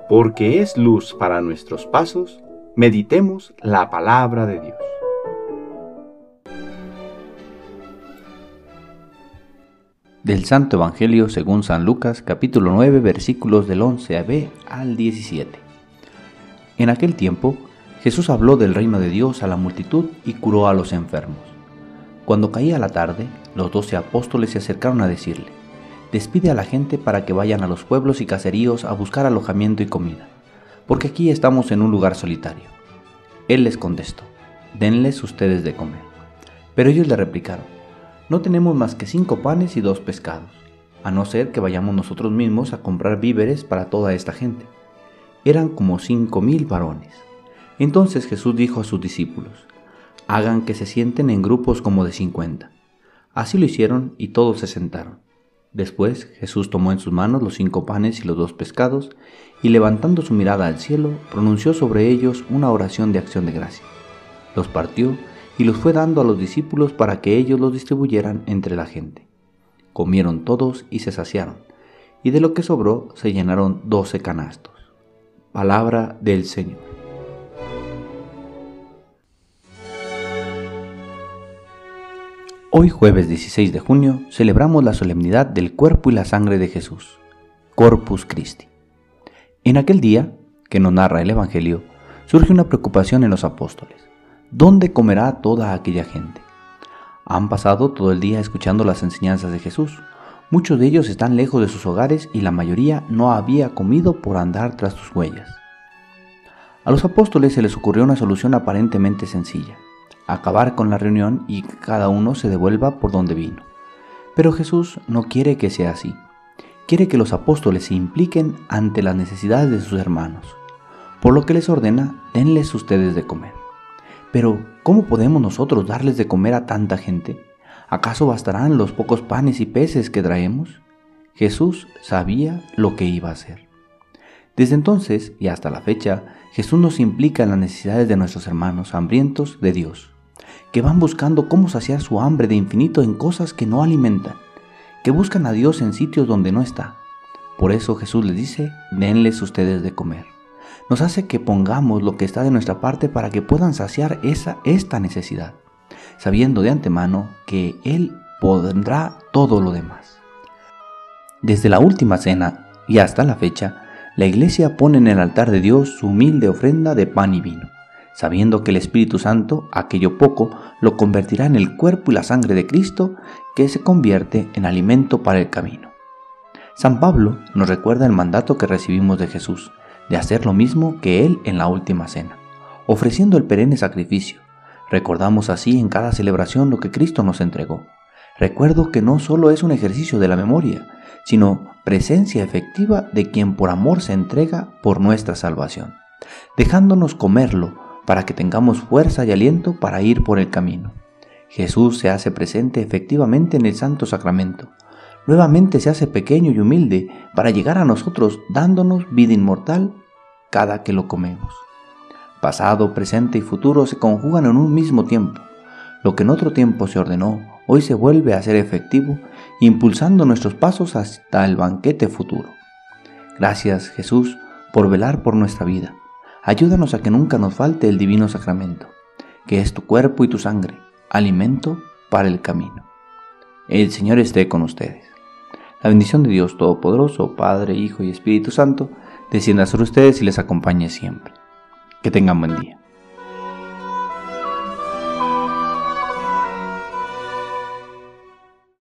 porque es luz para nuestros pasos, meditemos la palabra de Dios. Del Santo Evangelio según San Lucas, capítulo 9, versículos del 11b al 17. En aquel tiempo, Jesús habló del reino de Dios a la multitud y curó a los enfermos. Cuando caía la tarde, los 12 apóstoles se acercaron a decirle: «Despide a la gente para que vayan a los pueblos y caseríos a buscar alojamiento y comida, porque aquí estamos en un lugar solitario». Él les contestó: «Denles ustedes de comer». Pero ellos le replicaron: «No tenemos más que 5 panes y 2 pescados, a no ser que vayamos nosotros mismos a comprar víveres para toda esta gente». Eran como 5,000 varones. Entonces Jesús dijo a sus discípulos: «Hagan que se sienten en grupos como de 50». Así lo hicieron y todos se sentaron. Después Jesús tomó en sus manos los 5 panes y los 2 pescados, y levantando su mirada al cielo, pronunció sobre ellos una oración de acción de gracia. Los partió y los fue dando a los discípulos para que ellos los distribuyeran entre la gente. Comieron todos y se saciaron, y de lo que sobró se llenaron 12 canastos. Palabra del Señor. Hoy, jueves 16 de junio, celebramos la solemnidad del cuerpo y la sangre de Jesús, Corpus Christi. En aquel día, que nos narra el Evangelio, surge una preocupación en los apóstoles. ¿Dónde comerá toda aquella gente? Han pasado todo el día escuchando las enseñanzas de Jesús. Muchos de ellos están lejos de sus hogares y la mayoría no había comido por andar tras sus huellas. A los apóstoles se les ocurrió una solución aparentemente sencilla: acabar con la reunión y que cada uno se devuelva por donde vino. Pero Jesús no quiere que sea así. Quiere que los apóstoles se impliquen ante las necesidades de sus hermanos, por lo que les ordena: denles ustedes de comer. Pero, ¿cómo podemos nosotros darles de comer a tanta gente? ¿Acaso bastarán los pocos panes y peces que traemos? Jesús sabía lo que iba a hacer. Desde entonces y hasta la fecha, Jesús nos implica en las necesidades de nuestros hermanos hambrientos de Dios, que van buscando cómo saciar su hambre de infinito en cosas que no alimentan, que buscan a Dios en sitios donde no está. Por eso Jesús les dice: denles ustedes de comer. Nos hace que pongamos lo que está de nuestra parte para que puedan saciar esta necesidad, sabiendo de antemano que Él pondrá todo lo demás. Desde la última cena y hasta la fecha, la Iglesia pone en el altar de Dios su humilde ofrenda de pan y vino, sabiendo que el Espíritu Santo, aquello poco, lo convertirá en el cuerpo y la sangre de Cristo, que se convierte en alimento para el camino. San Pablo nos recuerda el mandato que recibimos de Jesús, de hacer lo mismo que Él en la última cena, ofreciendo el perenne sacrificio. Recordamos así en cada celebración lo que Cristo nos entregó. Recuerdo que no solo es un ejercicio de la memoria, sino presencia efectiva de quien por amor se entrega por nuestra salvación, dejándonos comerlo para que tengamos fuerza y aliento para ir por el camino. Jesús se hace presente efectivamente en el Santo Sacramento. Nuevamente se hace pequeño y humilde para llegar a nosotros dándonos vida inmortal cada que lo comemos. Pasado, presente y futuro se conjugan en un mismo tiempo. Lo que en otro tiempo se ordenó, hoy se vuelve a ser efectivo, impulsando nuestros pasos hasta el banquete futuro. Gracias, Jesús, por velar por nuestra vida. Ayúdanos a que nunca nos falte el divino sacramento, que es tu cuerpo y tu sangre, alimento para el camino. El Señor esté con ustedes. La bendición de Dios Todopoderoso, Padre, Hijo y Espíritu Santo, descienda sobre ustedes y les acompañe siempre. Que tengan buen día.